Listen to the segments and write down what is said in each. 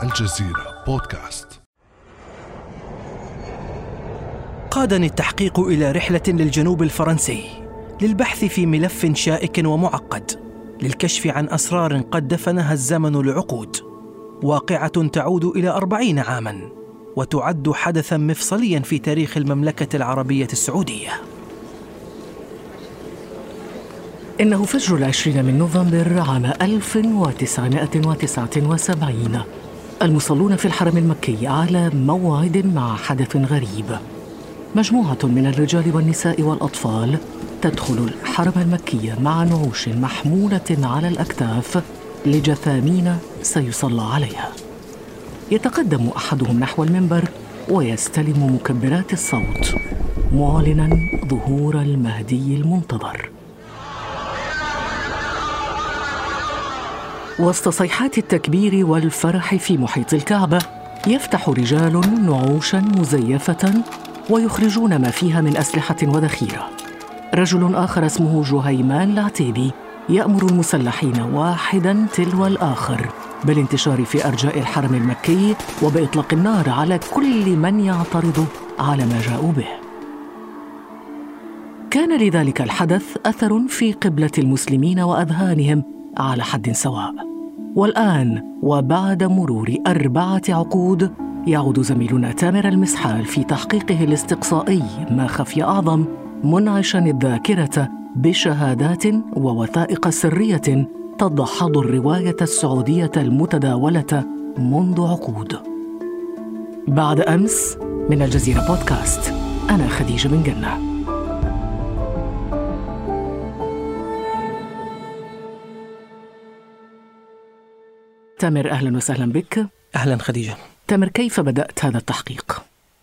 الجزيرة بودكاست. قادني التحقيق إلى رحلة للجنوب الفرنسي للبحث في ملف شائك ومعقد، للكشف عن أسرار قد دفنها الزمن لعقود، واقعة تعود إلى 40 عاماً، وتعد حدثاً مفصلياً في تاريخ المملكة العربية السعودية. إنه فجر 20 من نوفمبر عام 1979. المصلون في الحرم المكي على موعد مع حدث غريب. مجموعة من الرجال والنساء والأطفال تدخل الحرم المكي مع نعوش محمولة على الأكتاف لجثامين سيصلى عليها. يتقدم أحدهم نحو المنبر ويستلم مكبرات الصوت معلناً ظهور المهدي المنتظر. وسط صيحات التكبير والفرح في محيط الكعبة، يفتح رجال نعوشاً مزيفة ويخرجون ما فيها من أسلحة وذخيرة. رجل آخر اسمه جهيمان العتيبي يأمر المسلحين واحداً تلو الآخر بالانتشار في أرجاء الحرم المكي وبإطلاق النار على كل من يعترض على ما جاءوا به. كان لذلك الحدث أثر في قبلة المسلمين وأذهانهم على حد سواء. والآن وبعد مرور 4 عقود، يعود زميلنا تامر المسحال في تحقيقه الاستقصائي ما خفي أعظم، منعشا الذاكرة بشهادات ووثائق سرية تدحض الرواية السعودية المتداولة منذ عقود. بعد أمس من الجزيرة بودكاست، أنا خديجة بن جنة. تامر، أهلا وسهلا بك. أهلا خديجة. تامر، كيف بدأت هذا التحقيق؟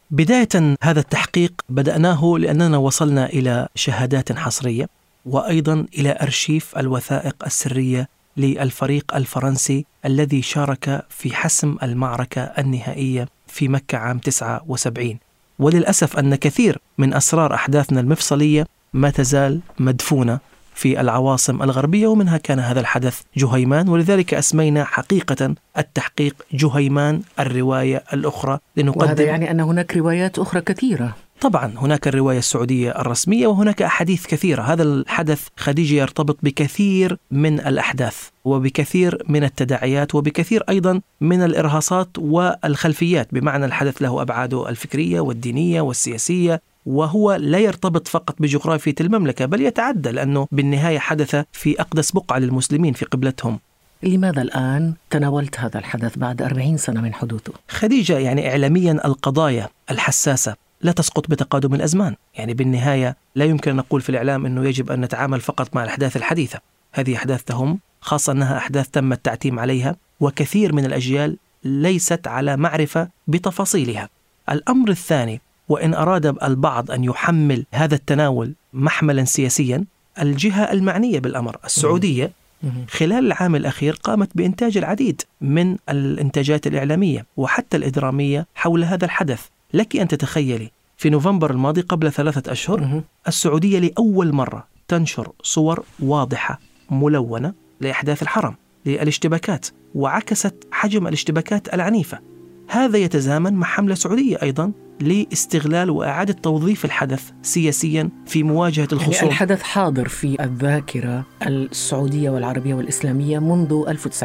بداية هذا التحقيق بدأناه لأننا وصلنا إلى شهادات حصرية، وأيضا إلى أرشيف الوثائق السرية للفريق الفرنسي الذي شارك في حسم المعركة النهائية في مكة عام 79. وللأسف أن كثير من أسرار أحداثنا المفصلية ما تزال مدفونة في العواصم الغربية، ومنها كان هذا الحدث جهيمان، ولذلك أسمينا حقيقة التحقيق جهيمان الرواية الأخرى لنقدم. وهذا يعني أن هناك روايات أخرى كثيرة. طبعا هناك الرواية السعودية الرسمية، وهناك أحاديث كثيرة. هذا الحدث خديجة يرتبط بكثير من الأحداث وبكثير من التداعيات وبكثير أيضا من الإرهاصات والخلفيات، بمعنى الحدث له أبعاده الفكرية والدينية والسياسية، وهو لا يرتبط فقط بجغرافية المملكة بل يتعدى، لأنه بالنهاية حدث في أقدس بقعة للمسلمين في قبلتهم. لماذا الآن تناولت هذا الحدث بعد 40 سنة من حدوثه؟ خديجة، يعني إعلاميا القضايا الحساسة لا تسقط بتقادم الأزمان. يعني بالنهاية لا يمكن أن نقول في الإعلام أنه يجب أن نتعامل فقط مع الأحداث الحديثة. هذه أحداث تهم، خاصة أنها أحداث تم التعتيم عليها، وكثير من الأجيال ليست على معرفة بتفاصيلها. الأمر الثاني، وإن أراد البعض أن يحمل هذا التناول محملا سياسيا، الجهة المعنية بالأمر السعودية خلال العام الأخير قامت بإنتاج العديد من الإنتاجات الإعلامية وحتى الإدرامية حول هذا الحدث. لك أن تتخيلي في نوفمبر الماضي قبل 3 أشهر السعودية لأول مرة تنشر صور واضحة ملونة لأحداث الحرم، للاشتباكات، وعكست حجم الاشتباكات العنيفة. هذا يتزامن مع حملة سعودية أيضا لاستغلال وإعادة توظيف الحدث سياسيا في مواجهة الخصوم. يعني الحدث حاضر في الذاكرة السعودية والعربية والإسلامية منذ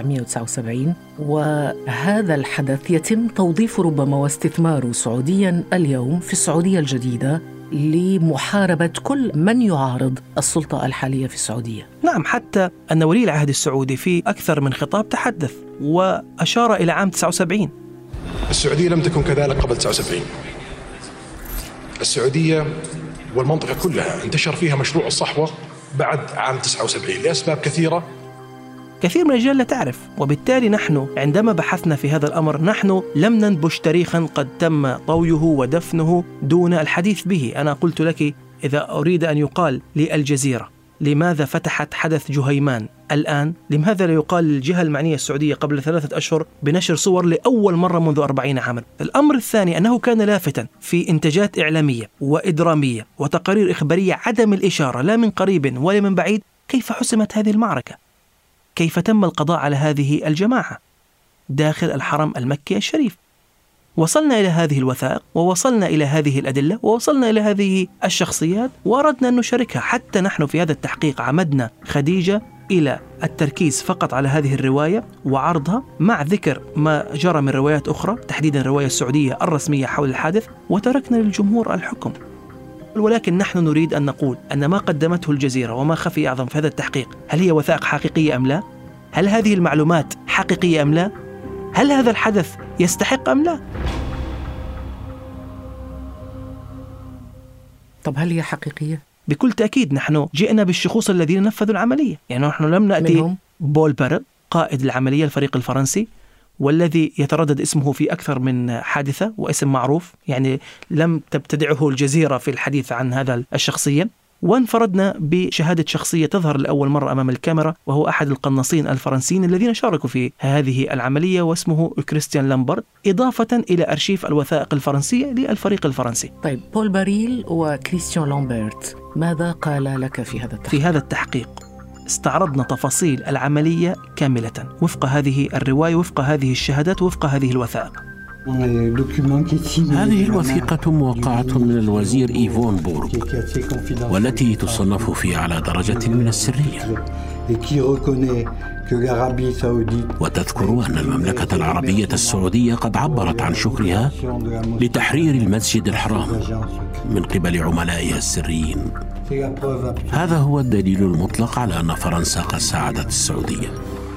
1979، وهذا الحدث يتم توظيفه ربما واستثماره سعوديا اليوم في السعودية الجديدة لمحاربة كل من يعارض السلطة الحالية في السعودية. نعم، حتى أن ولي العهد السعودي في أكثر من خطاب تحدث وأشار إلى عام 79. السعودية لم تكن كذلك قبل 79. السعودية والمنطقة كلها انتشر فيها مشروع الصحوة بعد عام 79 لأسباب كثيرة. كثير من الرجال لا تعرف، وبالتالي نحن عندما بحثنا في هذا الأمر نحن لم ننبش تاريخا قد تم طويه ودفنه دون الحديث به. أنا قلت لك إذا أريد أن يقال للجزيرة لماذا فتحت حدث جهيمان الآن، لماذا لا يقال للجهة المعنية السعودية قبل 3 أشهر بنشر صور لأول مرة منذ 40 عاما؟ الأمر الثاني أنه كان لافتاً في إنتاجات إعلامية وإدرامية وتقارير إخبارية عدم الإشارة لا من قريب ولا من بعيد كيف حسمت هذه المعركة، كيف تم القضاء على هذه الجماعة. داخل الحرم المكي الشريف. وصلنا إلى هذه الوثائق، ووصلنا إلى هذه الأدلة، ووصلنا إلى هذه الشخصيات، وأردنا أن نشاركها. حتى نحن في هذا التحقيق عمدنا خديجة إلى التركيز فقط على هذه الرواية وعرضها، مع ذكر ما جرى من روايات أخرى، تحديدا الرواية السعودية الرسمية حول الحادث، وتركنا للجمهور الحكم. ولكن نحن نريد أن نقول أن ما قدمته الجزيرة وما خفي أعظم في هذا التحقيق، هل هي وثائق حقيقية أم لا؟ هل هذه المعلومات حقيقية أم لا؟ هل هذا الحدث يستحق أم لا؟ طب هل هي حقيقية؟ بكل تأكيد. نحن جئنا بالشخوص الذين نفذوا العملية، يعني نحن لم نأتي منهم بول بارل قائد العملية الفريق الفرنسي، والذي يتردد اسمه في أكثر من حادثة واسم معروف، يعني لم تبتدعه الجزيرة في الحديث عن هذا الشخصية. وانفردنا بشهادة شخصية تظهر لأول مرة أمام الكاميرا، وهو أحد القناصين الفرنسيين الذين شاركوا في هذه العملية، واسمه كريستيان لامبرت، إضافة إلى أرشيف الوثائق الفرنسية للفريق الفرنسي. طيب بول باريل وكريستيان لامبرت ماذا قال لك في هذا التحقيق؟ في هذا التحقيق استعرضنا تفاصيل العملية كاملة وفق هذه الرواية، وفق هذه الشهادات، وفق هذه الوثائق. هذه الوثيقة موقعة من الوزير إيفون بورغ، والتي تصنف في أعلى درجة من السرية، وتذكر أن المملكة العربية السعودية قد عبرت عن شكرها لتحرير المسجد الحرام من قبل عملائها السريين. هذا هو الدليل المطلق على أن فرنسا قد ساعدت السعودية.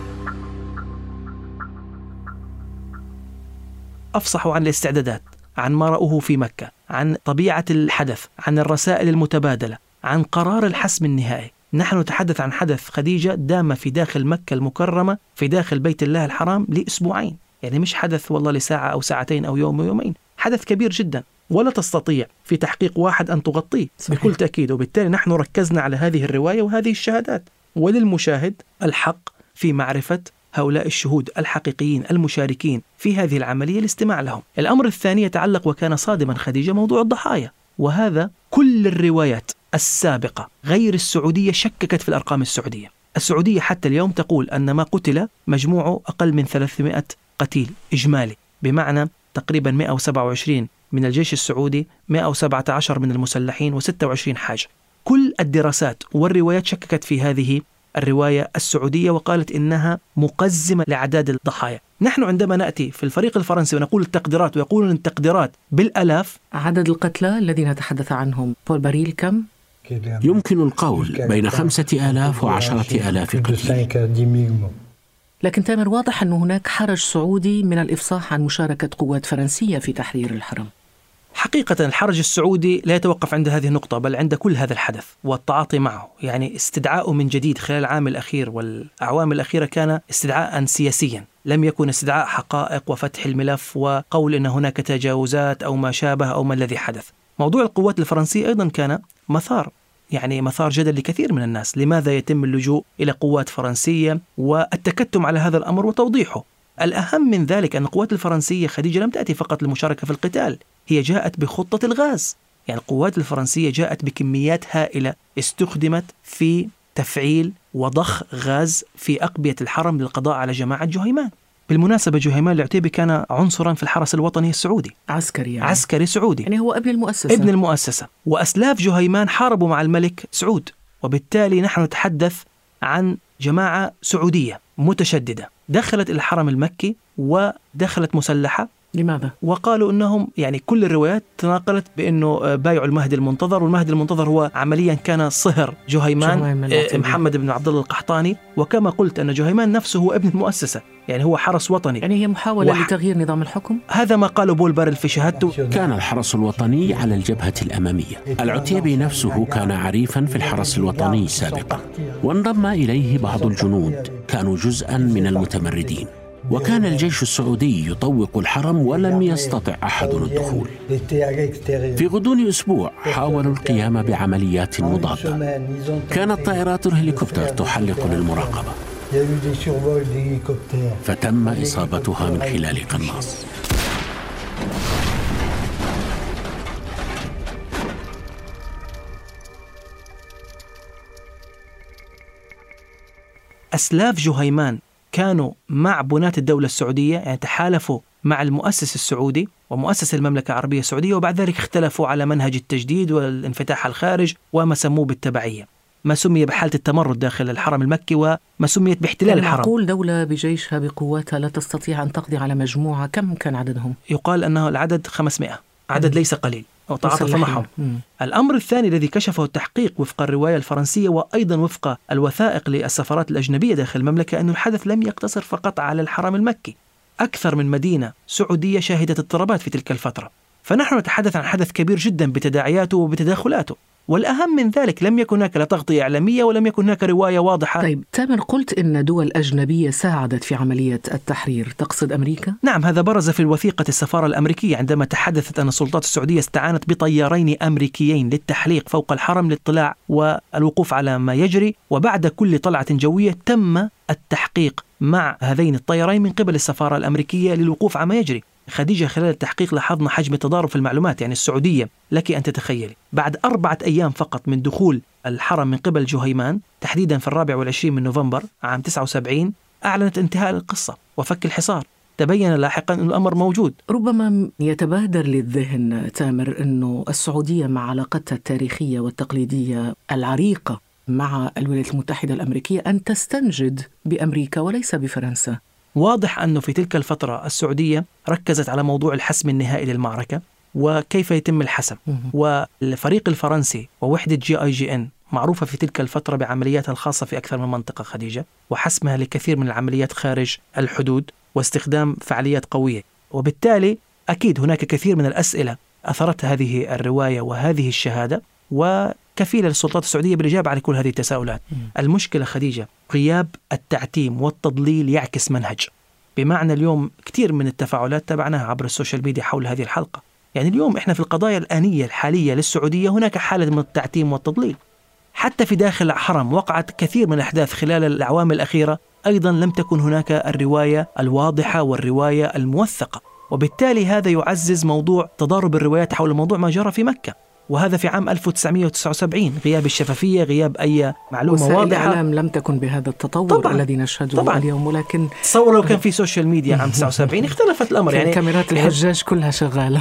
أفصحوا عن الاستعدادات، عن ما رأوه في مكة، عن طبيعة الحدث، عن الرسائل المتبادلة، عن قرار الحسم النهائي. نحن نتحدث عن حدث خديجة دام في داخل مكة المكرمة، في داخل بيت الله الحرام لأسبوعين، يعني مش حدث والله لساعة أو ساعتين أو يوم ويومين، حدث كبير جدا ولا تستطيع في تحقيق واحد أن تغطيه بكل تأكيد. وبالتالي نحن ركزنا على هذه الرواية وهذه الشهادات، وللمشاهد الحق في معرفة هؤلاء الشهود الحقيقيين المشاركين في هذه العملية الاستماع لهم. الأمر الثاني يتعلق، وكان صادما خديجة، موضوع الضحايا، وهذا كل الروايات السابقة غير السعودية شككت في الأرقام السعودية. السعودية حتى اليوم تقول أن ما قتل مجموعه أقل من 300 قتيل إجمالي، بمعنى تقريبا 127 من الجيش السعودي، 117 من المسلحين، و26 حاجة. كل الدراسات والروايات شككت في هذه الرواية السعودية، وقالت إنها مقزمة لأعداد الضحايا. نحن عندما نأتي في الفريق الفرنسي ونقول التقديرات، ويقولون التقديرات بالألاف. عدد القتلى الذين تحدث عنهم بول باريل كم؟ يمكن القول بين 5000 و10,000 قتيل. لكن تامر، واضح أن هناك حرج سعودي من الإفصاح عن مشاركة قوات فرنسية في تحرير الحرم. حقيقة الحرج السعودي لا يتوقف عند هذه النقطة، بل عند كل هذا الحدث والتعاطي معه. يعني استدعاؤه من جديد خلال العام الأخير والأعوام الأخيرة كان استدعاء سياسيا، لم يكن استدعاء حقائق وفتح الملف وقول إن هناك تجاوزات أو ما شابه أو ما الذي حدث. موضوع القوات الفرنسية أيضا كان مثار جدل لكثير من الناس. لماذا يتم اللجوء إلى قوات فرنسية والتكتم على هذا الأمر وتوضيحه؟ الأهم من ذلك أن القوات الفرنسية خديجة لم تأتي فقط للمشاركة في القتال، هي جاءت بخطة الغاز. يعني القوات الفرنسية جاءت بكميات هائلة استخدمت في تفعيل وضخ غاز في أقبية الحرم للقضاء على جماعة جهيمان. بالمناسبة جهيمان العتيبي كان عنصرا في الحرس الوطني السعودي، عسكري سعودي، يعني هو ابن المؤسسة. وأسلاف جهيمان حاربوا مع الملك سعود، وبالتالي نحن نتحدث عن جماعة سعودية متشددة دخلت الحرم المكي ودخلت مسلحة. لماذا؟ وقالوا أنهم، يعني كل الروايات تناقلت بأنه بايعوا المهدي المنتظر، والمهدي المنتظر هو عمليا كان صهر جهيمان محمد بن عبد الله القحطاني. وكما قلت أن جهيمان نفسه هو ابن المؤسسة، يعني هو حرس وطني، يعني هي محاولة لتغيير نظام الحكم. هذا ما قاله بول بارل في شهادته. كان الحرس الوطني على الجبهة الأمامية. العتيبي نفسه كان عريفا في الحرس الوطني سابقا، وانضم إليه بعض الجنود كانوا جزءا من المتمردين. وكان الجيش السعودي يطوق الحرم ولم يستطع أحد الدخول. في غضون أسبوع حاولوا القيام بعمليات مضادة، كانت طائرات الهليكوبتر تحلق للمراقبة، فتم إصابتها من خلال قناص. أسلاف جهيمان كانوا مع بناة الدولة السعودية، يعني تحالفوا مع المؤسس السعودي ومؤسس المملكة العربية السعودية، وبعد ذلك اختلفوا على منهج التجديد والانفتاح على الخارج وما سموه بالتبعية، ما سمي بحالة التمرد داخل الحرم المكي وما سميت باحتلال الحرم. معقول دولة بجيشها بقواتها لا تستطيع أن تقضي على مجموعة؟ كم كان عددهم؟ يقال أنه العدد 500، عدد ليس قليل، وتعاطف معهم. الأمر الثاني الذي كشفه التحقيق وفق الرواية الفرنسية وأيضا وفق الوثائق للسفارات الأجنبية داخل المملكة أن الحدث لم يقتصر فقط على الحرم المكي، أكثر من مدينة سعودية شهدت اضطرابات في تلك الفترة، فنحن نتحدث عن حدث كبير جدا بتداعياته وبتداخلاته. والأهم من ذلك لم يكن هناك لا تغطية إعلامية ولم يكن هناك رواية واضحة. طيب تامر، قلت إن دول أجنبية ساعدت في عملية التحرير، تقصد أمريكا؟ نعم، هذا برز في الوثيقة السفارة الأمريكية عندما تحدثت أن السلطات السعودية استعانت بطيارين أمريكيين للتحليق فوق الحرم للاطلاع والوقوف على ما يجري، وبعد كل طلعة جوية تم التحقيق مع هذين الطيارين من قبل السفارة الأمريكية للوقوف على ما يجري. خديجة، خلال التحقيق لاحظنا حجم التضارب في المعلومات، يعني السعودية لك أن تتخيلي بعد 4 أيام فقط من دخول الحرم من قبل جهيمان تحديدا في 24 من نوفمبر عام 79 أعلنت انتهاء القصة وفك الحصار. تبين لاحقا أن الأمر موجود. ربما يتبادر للذهن تامر أنه السعودية مع علاقتها التاريخية والتقليدية العريقة مع الولايات المتحدة الأمريكية أن تستنجد بأمريكا وليس بفرنسا. واضح أنه في تلك الفترة السعودية ركزت على موضوع الحسم النهائي للمعركة وكيف يتم الحسم، والفريق الفرنسي ووحدة GIGN معروفة في تلك الفترة بعملياتها الخاصة في أكثر من منطقة خديجة، وحسمها لكثير من العمليات خارج الحدود واستخدام فعاليات قوية. وبالتالي أكيد هناك كثير من الأسئلة أثرت هذه الرواية وهذه الشهادة، وكفيلة للسلطات السعودية بالإجابة على كل هذه التساؤلات. المشكلة خديجة غياب التعتيم والتضليل يعكس منهج، بمعنى اليوم كثير من التفاعلات تبعناها عبر السوشيال ميديا حول هذه الحلقة. يعني اليوم إحنا في القضايا الآنية الحالية للسعودية هناك حالة من التعتيم والتضليل. حتى في داخل الحرم وقعت كثير من الأحداث خلال الأعوام الأخيرة أيضا لم تكن هناك الرواية الواضحة والرواية الموثقة، وبالتالي هذا يعزز موضوع تضارب الروايات حول موضوع ما جرى في مكة، وهذا في عام 1979. غياب الشفافية، غياب أي معلومة واضحة. وسائل الإعلام لم تكن بهذا التطور طبعاً الذي نشهده طبعاً اليوم، ولكن تصور لو كان في سوشيال ميديا عام 79 اختلفت الأمر. يعني كاميرات الحجاج كلها شغالة.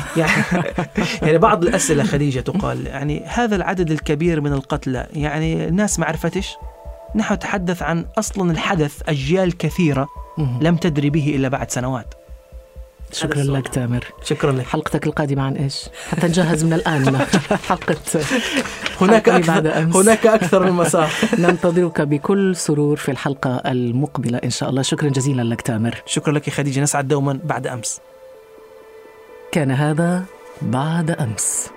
يعني بعض الأسئلة خديجة تقال يعني هذا العدد الكبير من القتلى، يعني الناس ما عرفتش. نحن نتحدث عن أصلا الحدث أجيال كثيرة لم تدري به إلا بعد سنوات. شكرا لك تامر. شكرا لك. حلقتك القادمة عن إيش؟ حتى نجهز من الآن حلقة هناك أكثر من مسار. ننتظرك بكل سرور في الحلقة المقبلة إن شاء الله. شكرا جزيلا لك تامر. شكرا لك خديجة، نسعد دوما بعد أمس. كان هذا بعد أمس.